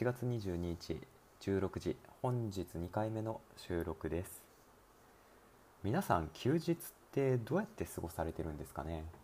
8月22日16時、本日2回目の収録です。皆さん休日ってどうやって過ごされてるんですかね。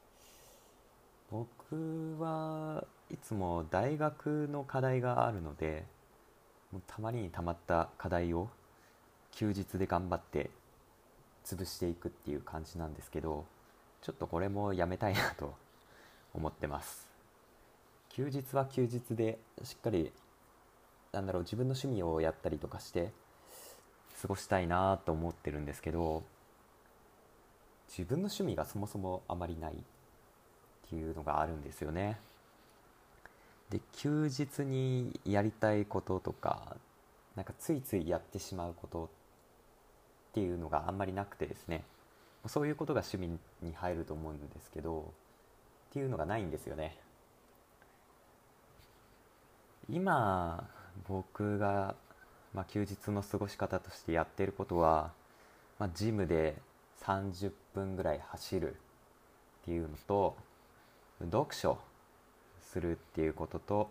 僕はいつも大学の課題があるので、もうたまりにたまった課題を休日で頑張って潰していくっていう感じなんですけど、ちょっとこれもやめたいなと思ってます。休日は休日でしっかり自分の趣味をやったりとかして過ごしたいなと思ってるんですけど、自分の趣味がそもそもあまりないっていうのがあるんですよね。で、休日にやりたいこととか、ついついやってしまうことっていうのがあんまりなくてですね、そういうことが趣味に入ると思うんですけど、っていうのがないんですよね。今僕が、休日の過ごし方としてやっていることは、ジムで30分ぐらい走るっていうのと、読書するっていうことと、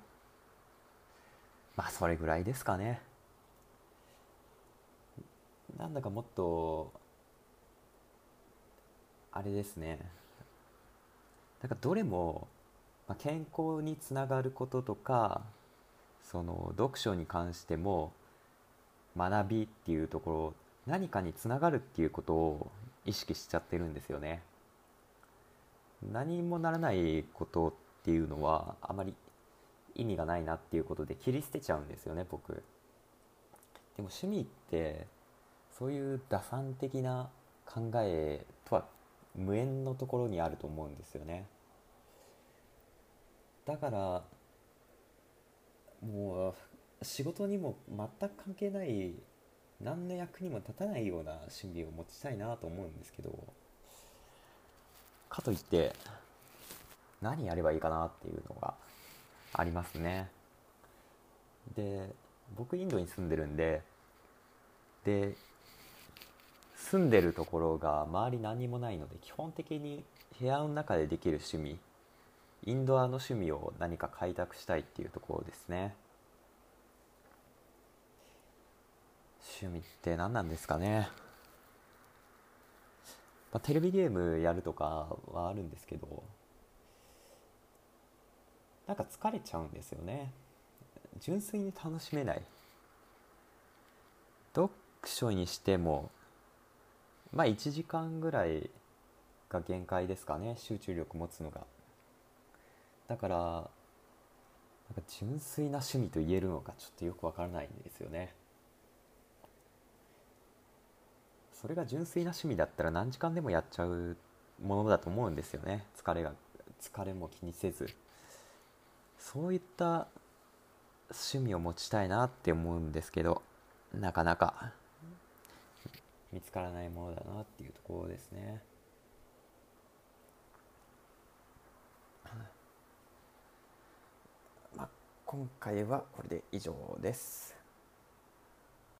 それぐらいですかね。もっとあれですね、どれも、健康につながることとか、その読書に関しても学びっていうところ、何かにつながるっていうことを意識しちゃってるんですよね。何もならないことっていうのはあまり意味がないなっていうことで切り捨てちゃうんですよね、僕。でも趣味ってそういう打算的な考えとは無縁のところにあると思うんですよね。だからもう仕事にも全く関係ない、何の役にも立たないような趣味を持ちたいなと思うんですけど、かといって何やればいいかなっていうのがありますね。で、僕インドに住んでるんで、で住んでるところが周り何もないので、基本的に部屋の中でできる趣味、インドアの趣味を何か開拓したいっていうところですね。趣味って何なんですかね。テレビゲームやるとかはあるんですけど、疲れちゃうんですよね。純粋に楽しめない。読書にしても1時間ぐらいが限界ですかね、集中力持つのが。だから純粋な趣味と言えるのかちょっとよくわからないんですよね。それが純粋な趣味だったら何時間でもやっちゃうものだと思うんですよね。疲れも気にせず、そういった趣味を持ちたいなって思うんですけど、なかなか見つからないものだなっていうところですね。今回はこれで以上です。